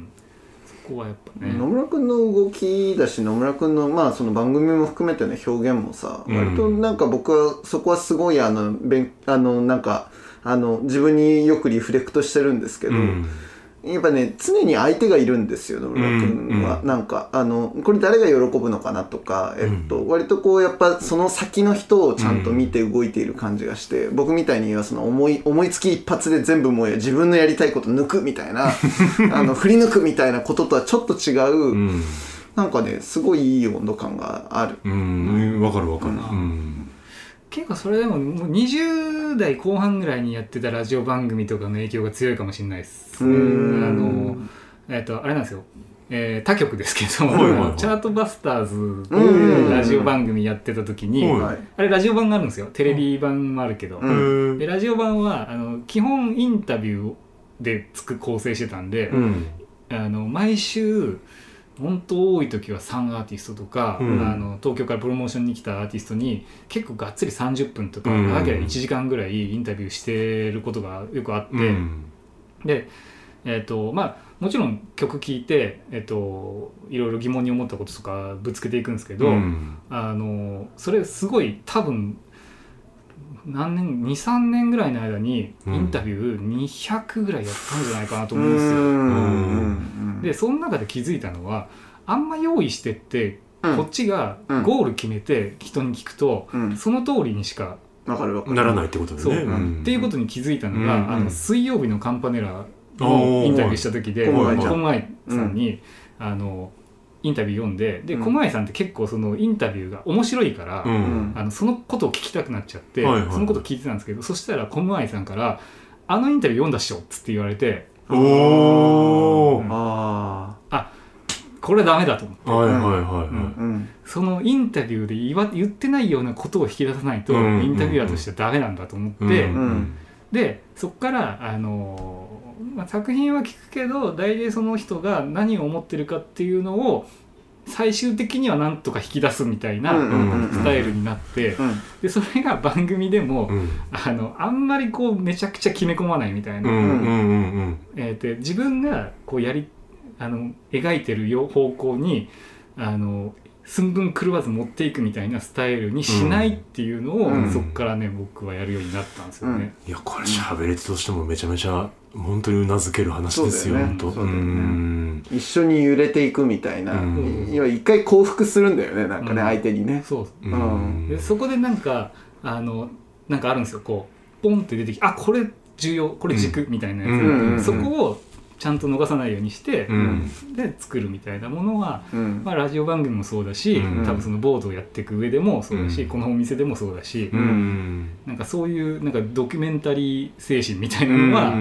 そこはやっぱね野村くんの動きだし野村くんのまあその番組も含めての表現もさ、うん、割となんか僕はそこはすごいあのべあのなんかあの自分によくリフレクトしてるんですけど、うん、やっぱね常に相手がいるんですよ野村君は、うん、なんかあのこれ誰が喜ぶのかなとか、えっと、うん、割とこうやっぱその先の人をちゃんと見て動いている感じがして、うん、僕みたいにはその思い思いつき一発で全部もう自分のやりたいこと抜くみたいなあの振り抜くみたいなこととはちょっと違う、うん、なんかねすごいいい温度感がある。 うん、わかるわかる。うん結構それでももうにじゅう代後半ぐらいにやってたラジオ番組とかの影響が強いかもしれないです。あの、えっと、あれなんですよ、えー、他局ですけど、はいはいはい、チャートバスターズのラジオ番組やってた時に、あれラジオ版があるんですよ。テレビ版もあるけど、でラジオ版はあの基本インタビューでつく構成してたんで、うん、あの毎週本当多い時はさんアーティストとか、うん、あの東京からプロモーションに来たアーティストに結構がっつりさんじゅっぷんとか、うん、長ければいちじかんぐらいインタビューしてることがよくあって、うん、で、えーとまあ、もちろん曲聴いて、えーと、いろいろ疑問に思ったこととかぶつけていくんですけど、うん、あのそれすごい多分何年 にさんねんぐらいの間にインタビューにひゃくぐらいやったんじゃないかなと思うんですよ。うんでその中で気づいたのはあんま用意してって、うん、こっちがゴール決めて人に聞くと、うん、その通りにしかならないってことですね。 そう、うん、っていうことに気づいたのが、うん、あの水曜日のカンパネラのインタビューした時で小前さんに、うん、あのインタビュー読んで、で小前さんって結構そのインタビューが面白いから、うん、あのそのことを聞きたくなっちゃって、はいはい、そのことを聞いてたんですけど、そしたら小前さんからあのインタビュー読んだっしょっつって言われて、おー、うん、ああこれダメだと思って、はいはいはいはい、うん、そのインタビューで 言, わ言ってないようなことを引き出さないと、うん、インタビュアーとしてはダメなんだと思って、うんうん、でそこからあのまあ、作品は聞くけど大体その人が何を思ってるかっていうのを最終的にはなんとか引き出すみたいなスタイルになって、うんうんうん、でそれが番組でも、うん、あのあんまりこうめちゃくちゃ決め込まないみたいな、うんうんうんうんえー、で自分がこうやりあの描いてる方向にあの寸分狂わず持っていくみたいなスタイルにしないっていうのを、うん、そこからね僕はやるようになったんですよね、 うん、いやこれ喋り手としてもめちゃめちゃ本当にうなずける話ですよ。そうだよね、そうだよね、うん、 一緒に揺れていくみたいな、うん、今一回降伏するんだよねなんかね、うん、相手にね。 そう、うん、でそこでなんかあのなんかあるんですよ、こうポンって出てきてあこれ重要これ軸みたいなやつ、うん、そこをちゃんと逃さないようにして、うん、で作るみたいなものは、うんまあ、ラジオ番組もそうだし、うん、多分そのボードをやっていく上でもそうだし、うん、このお店でもそうだし、うん、なんかそういうなんかドキュメンタリー精神みたいなのは、うん、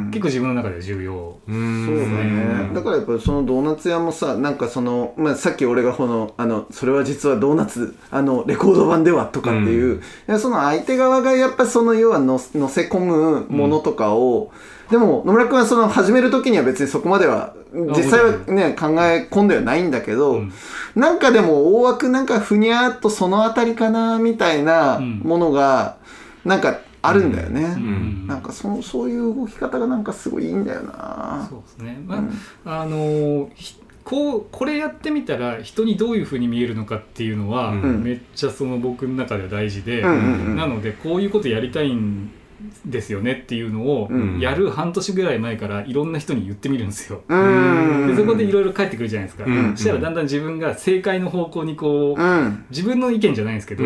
結構自分の中では重要、 うん、そうだね。だからやっぱりそのドーナツ屋もさなんかその、まあ、さっき俺がこのあのそれは実はドーナツあのレコード版ではとかっていう、うん、その相手側がやっぱその要はの乗せ込むものとかを、うんでも野村君はその始める時には別にそこまでは実際はね考え込んではないんだけど、うん、なんかでも大枠なんかふにゃーっとそのあたりかなみたいなものがなんかあるんだよね、うんうん、なんか そ, そういう動き方がなんかすごいいいんだよな。 そうですね、まあうん、あのこうこれやってみたら人にどういう風に見えるのかっていうのは、うん、めっちゃその僕の中では大事で、うんうんうん、なのでこういうことやりたいんですよねっていうのをやる半年ぐらい前からいろんな人に言ってみるんですよ、うん、でそこでいろいろ返ってくるじゃないですか、うん、そしたらだんだん自分が正解の方向にこう、うん、自分の意見じゃないんですけど、うん、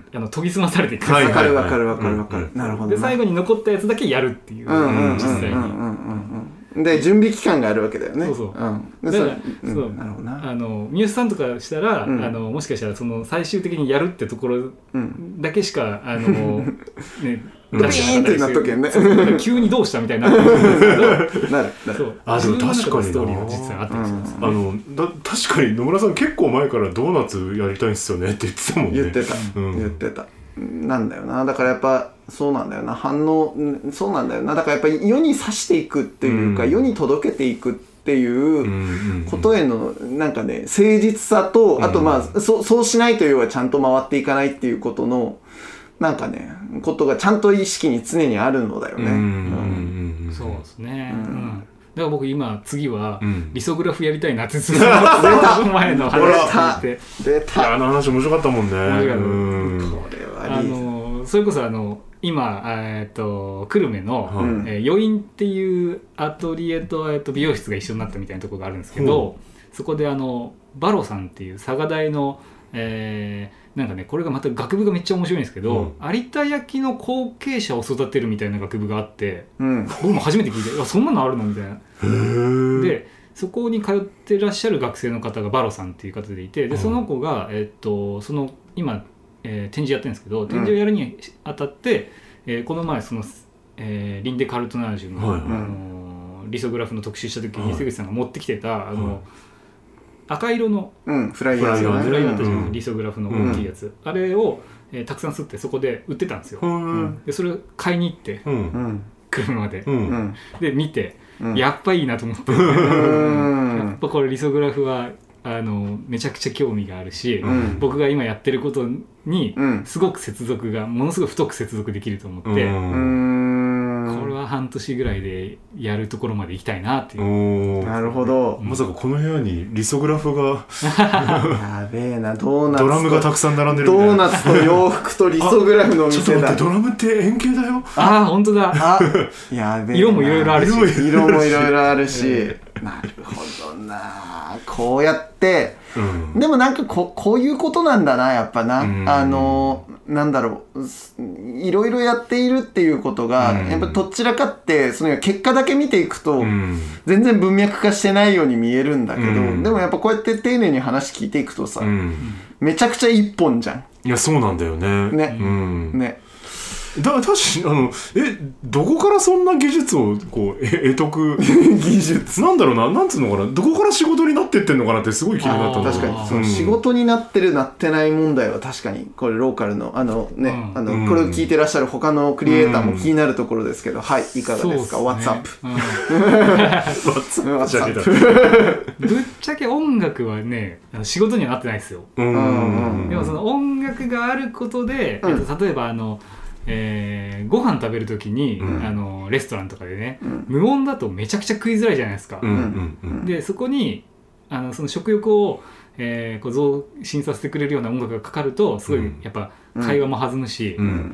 あの研ぎ澄まされていく。 わかるわかるわかるわかる、なるほど、 で最後に残ったやつだけやるっていう、うん、実際にで準備期間があるわけだよね。 そうそう、うん、だから、うん、そう、なるほどな。あの三好さんとかしたら、うん、あのもしかしたらその最終的にやるってところだけしか、あのねブリーンってなっとけんね。 急にどうしたみたいになってるんですけど、 なるなる。そう。あ、でも確かにストーリーも実はあったりしますね。 あのだ確かに野村さん結構前からドーナツやりたいんですよねって言ってたもんね。 言ってた、うん、言ってた。なんだよな。だからやっぱそうなんだよな。反応そうなんだよな。だからやっぱり世に指していくっていうか、うん、世に届けていくっていうことへのなんかね誠実さと、あとまあ、うん、そ, そうしないと要はちゃんと回っていかないっていうことのなんかねことがちゃんと意識に常にあるのだよね。うんうん、そうですね。うんうん、だから僕今次はリソグラフやりたいなってずっと前の話で出た。 あの話面白かったもんね。 うん、これはあのそれこそあの今えっと久留米の、うん、えー、余韻っていうアトリエと、えー、と美容室が一緒になったみたいなところがあるんですけど、うん、そこであのバロさんっていう佐賀大の、えーなんかね、これがまた学部がめっちゃ面白いんですけど、うん、有田焼の後継者を育てるみたいな学部があって、うん、僕も初めて聞いて、いやそんなのあるのみたいな。でそこに通ってらっしゃる学生の方がバロさんっていう方でいて、でその子が、えっと、その今、えー、展示やってるんですけど、展示をやるにあたって、うん、えー、この前その、えー、リンデ・カルトナージュの、はいはい、あのリソグラフの特集した時に瀬口さんが持ってきてた、あの、はい、赤色の、 うん、フライヤー、 ね、フライヤーあったじゃないですか、リソグラフの大きいやつ、うん、あれを、えー、たくさん吸ってそこで売ってたんですよ、うん、でそれを買いに行って、うん、車で、うん、で見て、うん、やっぱいいなと思って、うん、やっぱこれリソグラフはあのめちゃくちゃ興味があるし、うん、僕が今やってることにすごく接続がものすごく太く接続できると思って、うん、これは半年ぐらいでやるところまで行きたいなっていう。 なるほど、 うん、まさかこの部屋にリソグラフがやべえな、ドーナツドラムがたくさん並んでるみたいな。 ドーナツと洋服とリソグラフの店だ。 ちょっと待って、ドラムって円形だよ。 ああ本当だ。あやべえ、色もいろいろあるし色もいろいろあるしなるほどな。こうやって、うん、でもなんか こ, こういうことなんだなやっぱな、うん、あのなんだろう、いろいろやっているっていうことが、うん、やっぱどちらかってその結果だけ見ていくと、うん、全然文脈化してないように見えるんだけど、うん、でもやっぱこうやって丁寧に話聞いていくとさ、うん、めちゃくちゃ一本じゃん。 いやそうなんだよね。 ね、 うん、 ね。 だから確かにあのえどこからそんな技術をこう得得技術なんだろうな、なんつうのかな、どこから仕事になってってんのかなってすごい気になったんだ。 確かにその仕事になってるなってない問題は確かにこれローカルのあのね、うん、あの、うん、これを聞いてらっしゃる他のクリエイターも気になるところですけど、うん、はいいかがですか。 What's up、うん、 What's up ぶっちゃけ音楽はね仕事にはなってないですよ。うんでもその音楽があることで、うん、例えばあのえー、ご飯食べるときに、うん、あのレストランとかでね、うん、無音だとめちゃくちゃ食いづらいじゃないですか、うんうんうん、でそこにあのその食欲を、えー、こう増進させてくれるような音楽がかかるとすごいやっぱ会話も弾むし、うんうんうん、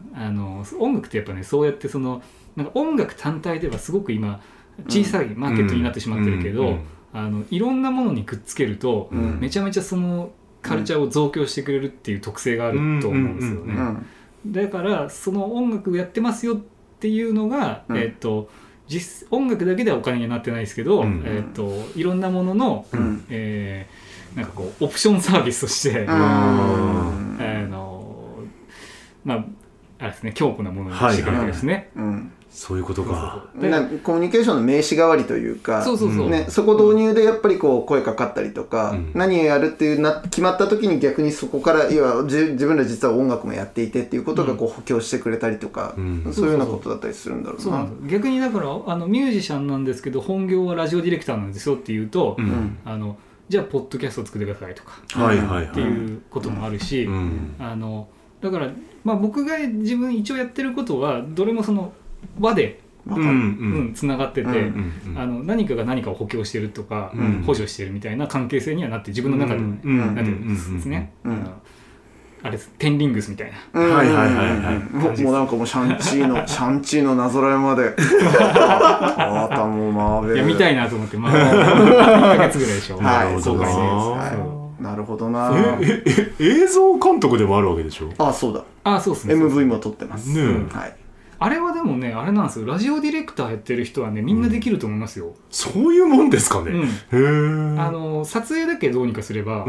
あの音楽ってやっぱねそうやってそのなんか音楽単体ではすごく今小さいマーケットになってしまってるけど、うんうんうん、あのいろんなものにくっつけると、うん、めちゃめちゃそのカルチャーを増強してくれるっていう特性があると思うんですよね、うんうんうんうん。だからその音楽やってますよっていうのが、うん、えー、と実音楽だけではお金になってないですけど、うん、えー、といろんなものの、うん、えー、なんかこうオプションサービスとして、うん、あのまああれですね強固なものにしてくれてですね、はいはい、 うん、 そういうことか。 なんかコミュニケーションの名刺代わりというか、 そうそうそう、 ね、そこ導入でやっぱりこう声かかったりとか、うん、何をやるっていうな決まった時に逆にそこからいや自分ら実は音楽もやっていてっていうことがこう補強してくれたりとか、うん、そういうようなことだったりするんだろうな。そうそうそう、 逆にだからあのミュージシャンなんですけど本業はラジオディレクターなんですよっていうと、うん、あのじゃあポッドキャストを作ってくださいとか、はいはいはい、っていうこともあるし、うん、あのだから、まあ、僕が自分一応やってることはどれもその輪でうんうん、つながってて、うんうん、あの何かが何かを補強してるとか、うん、補助してるみたいな関係性にはなって自分の中ではね、うん、なってるんですね、うんうんうん、あれテンリングスみたいな、うん、はいはいはいはい、 もうなんかもうシャンチーのシャンチーのなぞらえまであたもまべいや見たいなと思って、まあ、いっかげつぐらいでしょ、 はい、公開してる。なるほどな。 ええ映像監督でもあるわけでしょ。 あ、そうだ。 あ、そうですね。 エムブイ も撮ってます、 ね、 うん、はい。 あれはでもね、あれなんですよ、ラジオディレクターやってる人はね、みんなできると思いますよ。うん、 そういうもんですかね。うん、 へあの撮影だけどうにかすれば、うん、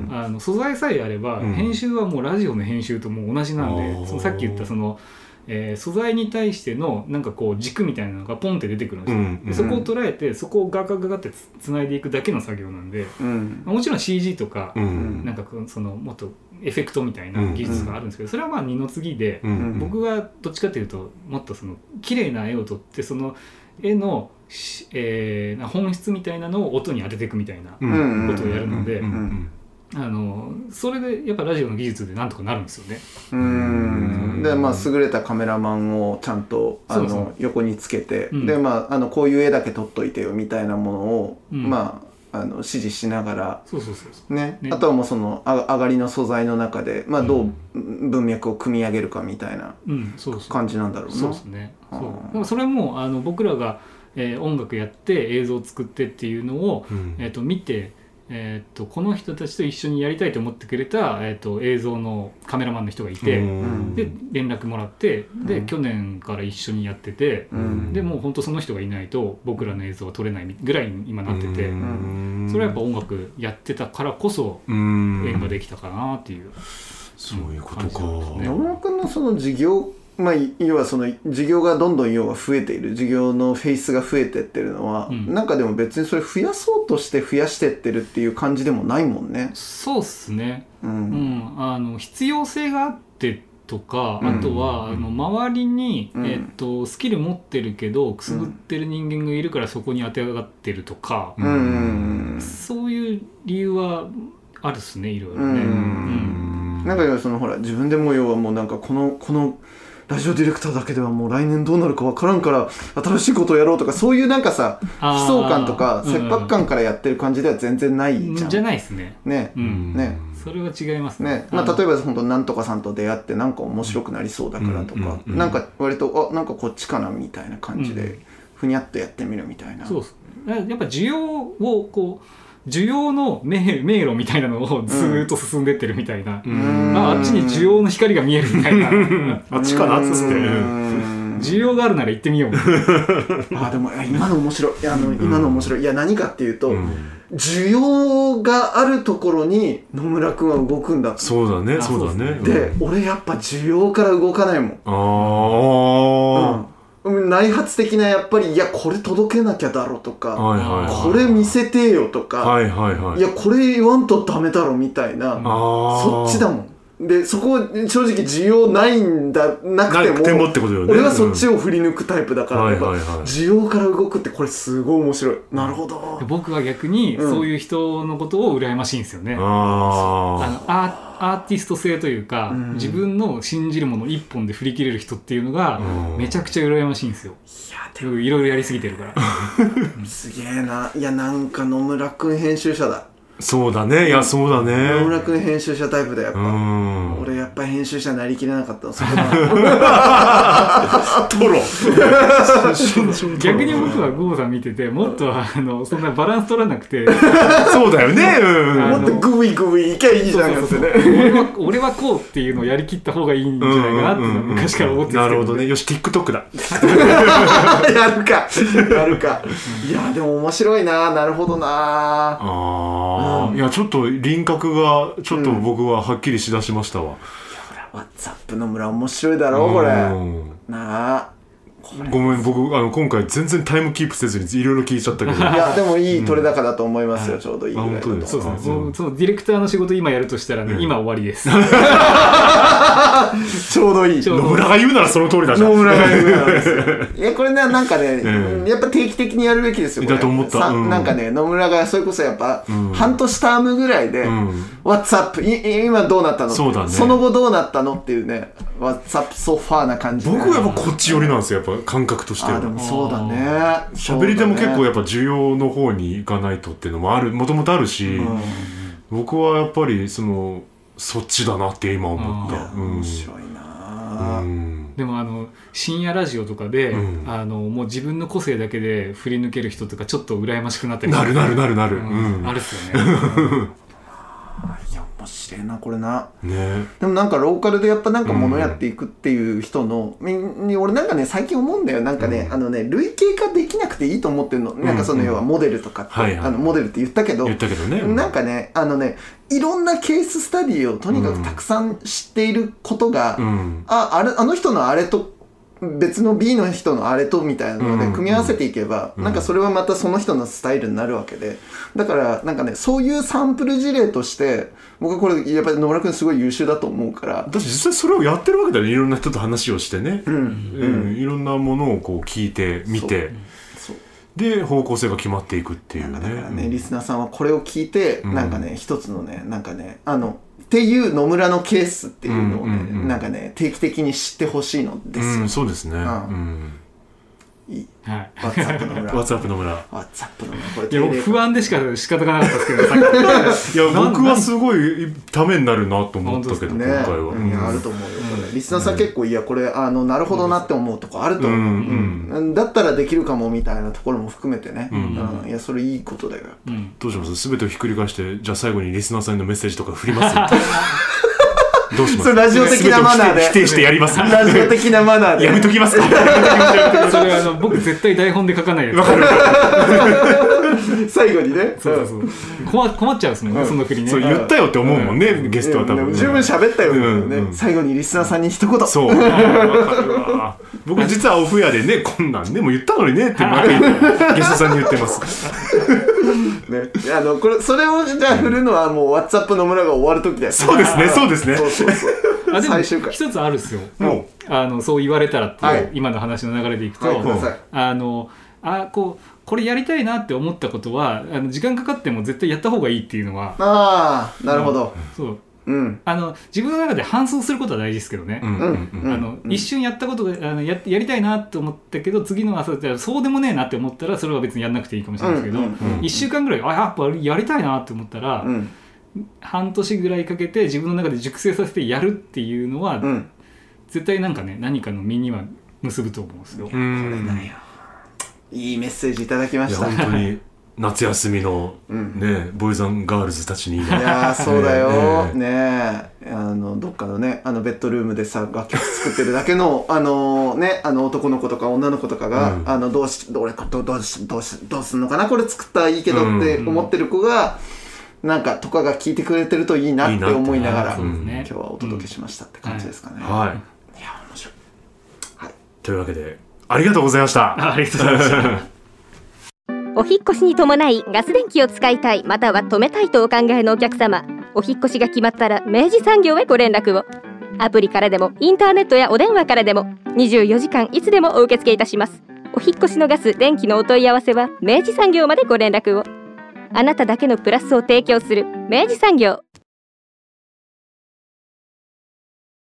あの素材さえあれば、うん、編集はもうラジオの編集ともう同じなんで、そのさっき言ったその、えー、素材に対してのなんかこう軸みたいなのがポンって出てくるんですよ、うん、でそこを捉えてそこをガガガガってつ、つないでいくだけの作業なんで、うん、もちろん シージー とか、うん、なんかそのもっとエフェクトみたいな技術があるんですけど、それはまあ二の次で、うん、僕はどっちかというともっとその綺麗な絵を撮ってその絵の、えー、本質みたいなのを音に当てていくみたいなことをやるので、あのそれでやっぱラジオの技術でなんとかなるんですよね。 うーんでまあ優れたカメラマンをちゃんとあのそうそう横につけて、うん、でまああのこういう絵だけ撮っといてよみたいなものを、うん、まああの指示しながらそうそうそうそうね、ね、あとはもうそのあ上がりの素材の中で、まあ、どう文脈を組み上げるかみたいな感じなんだろうな。 そうですね。そうそれもあの僕らが、えー、音楽やって映像を作ってっていうのを、うんえー、と見てえー、とこの人たちと一緒にやりたいと思ってくれた、えー、と映像のカメラマンの人がいて、で連絡もらってで、うん、去年から一緒にやってて、うん、でもう本当その人がいないと僕らの映像は撮れないぐらいに今なってて、うん、それはやっぱ音楽やってたからこそ縁ができたかなっていう、 そういうことか。 山村君のその事業まあ、要はその事業がどんどん要は増えている事業のフェイスが増えてってるのは、うん、なんかでも別にそれ増やそうとして増やしてってるっていう感じでもないもんね。 そうっすね、うんうん、あの必要性があってとか、うん、あとは、うん、あの周りに、うんえー、とスキル持ってるけどくすぶってる人間がいるからそこに当て上がってるとか、うん、そういう理由はあるっすね、いろいろね、うんうん、 なんか要はそのほら自分でも要はもうなんかこのこのラジオディレクターだけではもう来年どうなるか分からんから新しいことをやろうとかそういうなんかさ悲壮感とか切迫感からやってる感じでは全然ないじゃん、 うん、じゃないですね。 ね、うん、ねそれは違いますね。 ねまあ、例えば本当なんとかさんと出会ってなんか面白くなりそうだからとか、うん、なんか割とあなんかこっちかなみたいな感じでふにゃっとやってみるみたいな、 そうですね。やっぱ需要をこう需要の迷路みたいなのをずーっと進んでってるみたいな、うん、あ, あっちに需要の光が見えるみたいなあっちかなっつって需要があるなら行ってみようあでも今の面白い、いやあの今の面白い、いや何かっていうと、うん、需要があるところに野村くんは動くんだ。 そうだねそうだね。 で、うん、俺やっぱ需要から動かないもん。ああ、うん内発的なやっぱりいやこれ届けなきゃだろとか、はいはいはい、これ見せてよとか、はいはいはい、いやこれ言わんとダメだろみたいな、そっちだもん。でそこ正直需要ないんだなくて も, なくてもってことよね。俺はそっちを振り抜くタイプだから、うん、やっぱ需要から動くってこれすごい面白い。なるほど。 僕は逆にそういう人のことを羨ましいんですよね、うん、あのアアーティスト性というか、うん、自分の信じるもの一本で振り切れる人っていうのがめちゃくちゃ羨ましいんですよ。いやでもいろいろやりすぎてるからすげえな。いやなんか野村くん編集者だ。 そうだね、いやそうだね。 野村くん編集者タイプだやっぱ。うん俺やっぱ編集者になりきれなかったのそこだトロ逆に僕はゴーさん見ててもっとあのそんなバランス取らなくてそうだよね、うん、 もっとグイグイいけばいいじゃんってね。 俺は俺はこうっていうのをやりきった方がいいんじゃないかなって昔から思ってた、 ね、なるほどね。よし TikTok だやるかやるかいやでも面白いな。なるほどなああ、うん、いやちょっと輪郭がちょっと僕ははっきりしだしましたわ、うん、いやほら WhatsApp の村面白いだろこれなあ。 ごめん僕あの今回全然タイムキープせずにいろいろ聞いちゃったけどいやでもいい取れ高だと思いますよ、うん、ちょうどいいぐらいだと。 そうですね、そのそのディレクターの仕事今やるとしたらね、うん、今終わりですちょうどいい。 野村が言うならその通りだじゃん。 野村が言うならですよいやこれねなんかね、うん、やっぱ定期的にやるべきですよこれ。 だと思った、うん、 なんかね野村がそれこそやっぱ、うん、半年タームぐらいで、うん、What's up い今どうなったの、 そうだね、 その後どうなったのっていうね What's up so far な感じ、ね、 僕はやっぱこっち寄りなんですよやっぱ感覚としては。 あでもそうだね、 喋り手も結構やっぱ需要の方に行かないとっていうのもあるもともとあるし、うん、僕はやっぱりそのそっちだなって今思った。 面白いな、 うん、でもあの深夜ラジオとかで、うん、あのもう自分の個性だけで振り抜ける人とかちょっと羨ましくなったりなるなるなるなる、 うんうん、あるっすよねいや面白いなこれな、 ね、 でもなんかローカルでやっぱなんか物やっていくっていう人の、うん、俺なんかね最近思うんだよなんかね、うん、あのね類型化できなくていいと思ってるの、うん、なんかその要はモデルとかって、はいはい、あのモデルって言ったけど言ったけどね、 なんかねあのねいろんなケーススタディをとにかくたくさん知っていることが、うん、ああれあの人のあれと別の B の人のあれとみたいなので組み合わせていけば、うん、なんかそれはまたその人のスタイルになるわけで、だからなんかねそういうサンプル事例として僕はこれやっぱり野村君すごい優秀だと思うから。 だって実際それをやってるわけだよね。いろんな人と話をしてね、うんうんうん、いろんなものをこう聞いて見てで方向性が決まっていくっていうね。だからね、うん、リスナーさんはこれを聞いて、うん、なんかね一つのねなんかねあのっていう野村のケースっていうのをね、うんうんうん、なんかね定期的に知ってほしいのですよ、 うん、そうですね、うんうんいい、 はい、 WhatsApp の村 WhatsApp の村 WhatsApp の村これいや僕不安でしか仕方がなかったですけどいや僕はすごいためになるなと思ったけど、 ね、 今回は、 うん、いやあると思うよこれ、うん、リスナーさん結構いやこれあのなるほどなって思うとこあると思う、うんうん、だったらできるかもみたいなところも含めてね、うんうん、いやそれいいことだよ、 うん、どうします全てをひっくり返してじゃあ最後にリスナーさんへのメッセージとか振りますどうします？ それラジオ的なマナーで否定してやります。 ラジオ的なマナーでやめときますか。 それはあの僕絶対台本で書かないやつ。 最後にね。 そうそうそう。困困っちゃうんですもんね、うん、その振りね。 そう言ったよって思うもんね、うん、ゲストは多分、ね。 十分喋ったよね、うんうん。最後にリスナーさんに一言。 そう。僕実はオフエアでねこんなんねもう言ったのにねって毎回ゲストさんに言ってます。 ね、あのこれそれをじゃあ振るのはもう WhatsApp の村が終わる時だよ。 そうですねそうですね。 そうそうそうあでも一つあるっすよ。もうあのそう言われたらって、はい、今の話の流れでいくと、はい、あのあこうこれやりたいなって思ったことはあの時間かかっても絶対やった方がいいっていうのは。 ああなるほど。 そう。うん、あの自分の中で反芻することは大事ですけどね、うんうん、あの、うん、一瞬やったことがあの や, やりたいなと思ったけど次の朝そうでもねえなって思ったらそれは別にやんなくていいかもしれないですけど、うんうんうん、いっしゅうかんぐらいあやっぱやりたいなって思ったら、うん、半年ぐらいかけて自分の中で熟成させてやるっていうのは、うん、絶対なんかね何かの身には結ぶと思うんですよ。 これだよ。いいメッセージいただきました。 いや本当に夏休みの、ねうん、ボーイズ&ガールズたちにいやそうだよ、ねえねえあのどっかのねあのベッドルームでさ楽曲作ってるだけのあのねあの男の子とか女の子とかが、うん、あのどうしどうどうどうしどうしどうすんのかなこれ作ったらいいけどって思ってる子が、うん、なんかとかが聞いてくれてるといいなって思いながら、うん、今日はお届けしましたって感じですかね、うん、 はい、 いや面白い、 はい、というわけでありがとうございました。 ありがとうございましたお引っ越しに伴いガス電気を使いたいまたは止めたいとお考えのお客様、お引っ越しが決まったら明治産業へご連絡を。アプリからでもインターネットやお電話からでもにじゅうよじかんいつでもお受け付けいたします。お引っ越しのガス電気のお問い合わせは明治産業までご連絡を。あなただけのプラスを提供する明治産業。